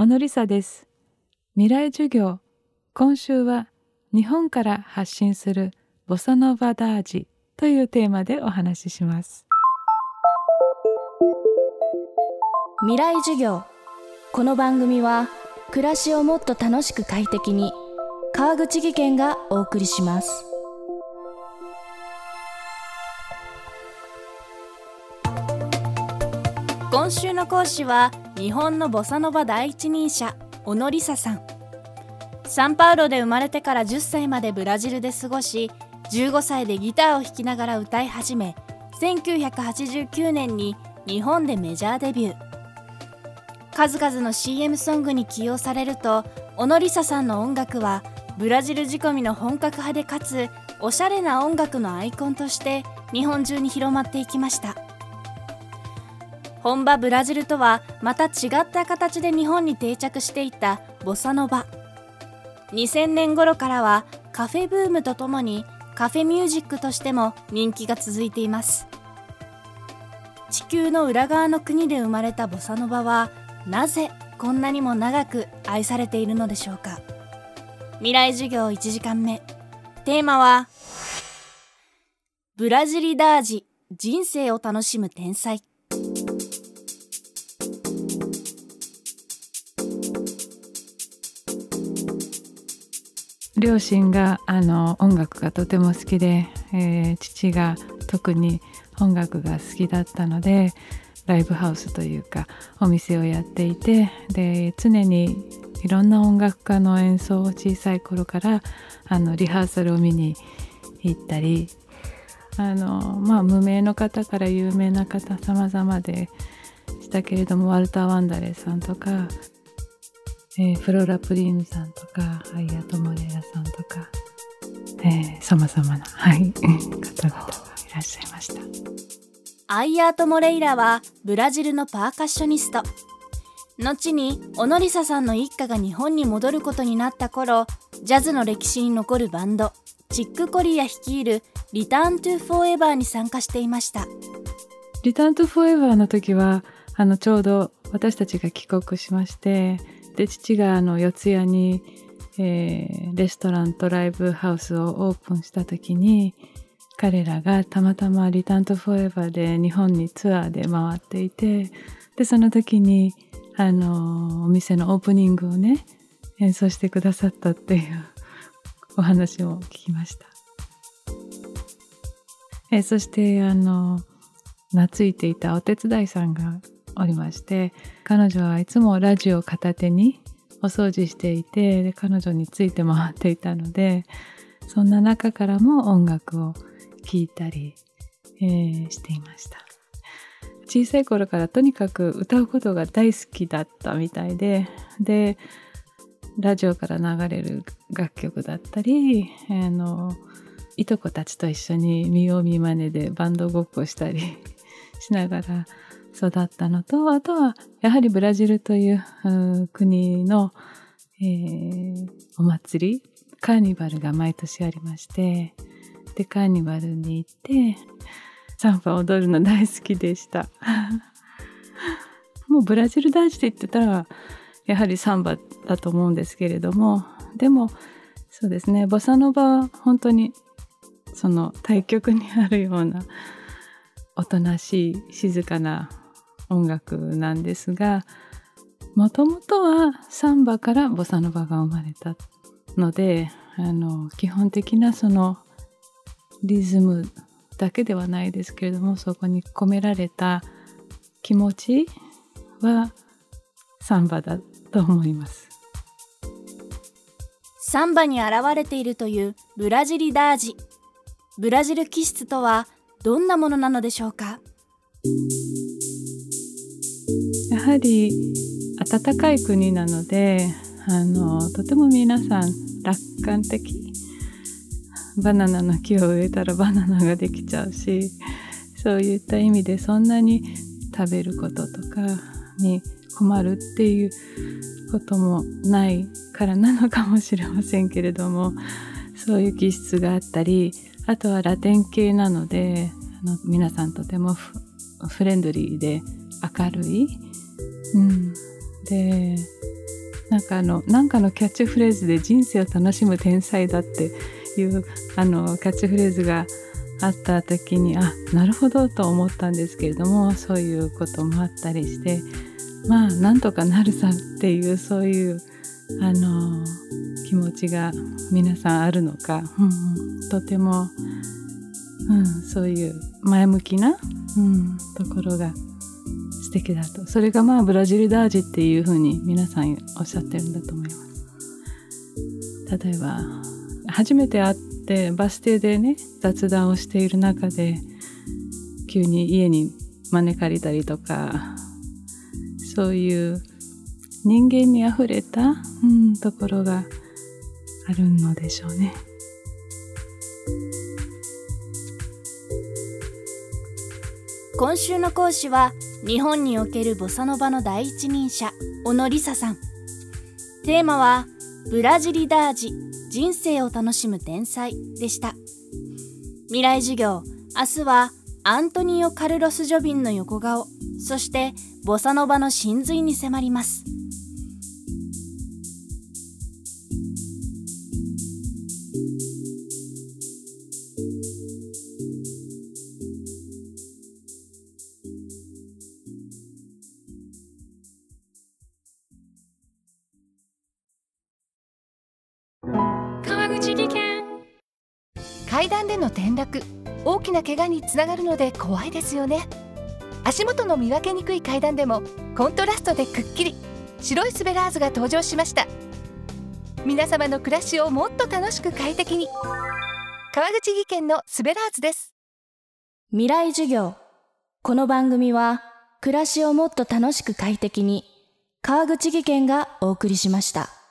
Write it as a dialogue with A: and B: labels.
A: 小野梨沙です。未来授業、今週は日本から発信するボサノバダージというテーマでお話しします。
B: 未来授業。この番組は暮らしをもっと楽しく快適に、川口義賢がお送りします。今週の講師は日本のボサノバ第一人者、小野梨沙さん。サンパウロで生まれてから10歳までブラジルで過ごし、15歳でギターを弾きながら歌い始め、1989年に日本でメジャーデビュー。数々の CM ソングに起用されると、小野梨沙さんの音楽はブラジル仕込みの本格派でかつおしゃれな音楽のアイコンとして日本中に広まっていきました。本場ブラジルとはまた違った形で日本に定着していたボサノバ。2000年頃からはカフェブームとともにカフェミュージックとしても人気が続いています。地球の裏側の国で生まれたボサノバはなぜこんなにも長く愛されているのでしょうか。未来授業1時間目、テーマはブラジリダージ、人生を楽しむ天才。
A: 両親が音楽がとても好きで、父が特に音楽が好きだったので、ライブハウスというかお店をやっていて、で常にいろんな音楽家の演奏を小さい頃からリハーサルを見に行ったり、無名の方から有名な方様々でしたけれども、ワルター・ワンダレさんとか、フローラ・プリームさんとか、アイア・トモレイラさんとか、様々な、方々がいらっしゃいました。
B: アイアート・モレイラはブラジルのパーカッショニスト。後に小野梨沙さんの一家が日本に戻ることになった頃、ジャズの歴史に残るバンドチック・コリア率いるリターン・トゥ・フォーエバーに参加していました。
A: リターン・トゥ・フォーエバーの時はちょうど私たちが帰国しまして、で父が四谷に、レストランとライブハウスをオープンした時に、彼らがたまたまリターントゥフォーエバーで日本にツアーで回っていて、でその時にお店のオープニングをね演奏してくださったっていうお話を聞きました。そして懐いていたお手伝いさんがおりまして、彼女はいつもラジオを片手にお掃除していて、で彼女について回っていたので、そんな中からも音楽を聴いたり、していました。小さい頃からとにかく歌うことが大好きだったみたいで、ラジオから流れる楽曲だったり、いとこたちと一緒に見よう見まねでバンドごっこしたりしながら育ったのと、あとはやはりブラジルという国の、お祭り、カーニバルが毎年ありまして、でカーニバルに行ってサンバ踊るの大好きでしたもうブラジル男子って言ってたらやはりサンバだと思うんですけれども、でもそうですね、ボサノバは本当にその対極にあるようなおとなしい静かな音楽なんですが、もともとはサンバからボサノバが生まれたので、基本的なそのリズムだけではないですけれども、そこに込められた気持ちはサンバだと思います。
B: サンバに現れているというブラジリダージ。ブラジル気質とはどんなものなのでしょうか。
A: やはり暖かい国なので、とても皆さん楽観的。バナナの木を植えたらバナナができちゃうし、そういった意味でそんなに食べることとかに困るっていうこともないからなのかもしれませんけれども、そういう気質があったり、あとはラテン系なので皆さんとてもフレンドリーで明るい、でなんかのキャッチフレーズで人生を楽しむ天才だっていうキャッチフレーズがあった時になるほどと思ったんですけれども、そういうこともあったりして、なんとかなるさっていうそういう気持ちが皆さんあるのか、とても、そういう前向きな、ところが素敵だと。それがブラジルダージっていうふうに皆さんおっしゃってるんだと思います。例えば初めて会ってバス停でね雑談をしている中で急に家に招かれたりとか、そういう人間にあふれた、ところがあるのでしょうね。
B: 今週の講師は日本におけるボサノバの第一人者小野梨沙さん。テーマはブラジリダージ、人生を楽しむ天才でした。未来授業、明日はアントニオ・カルロス・ジョビンの横顔、そしてボサノバの真髄に迫ります。
C: 川口技研。階段での転落、大きな怪我につながるので怖いですよね。足元の見分けにくい階段でもコントラストでくっきり白いスベラーズが登場しました。皆様の暮らしをもっと楽しく快適に、川口技研のスベラーズです。
B: 未来授業。この番組は暮らしをもっと楽しく快適に、川口技研がお送りしました。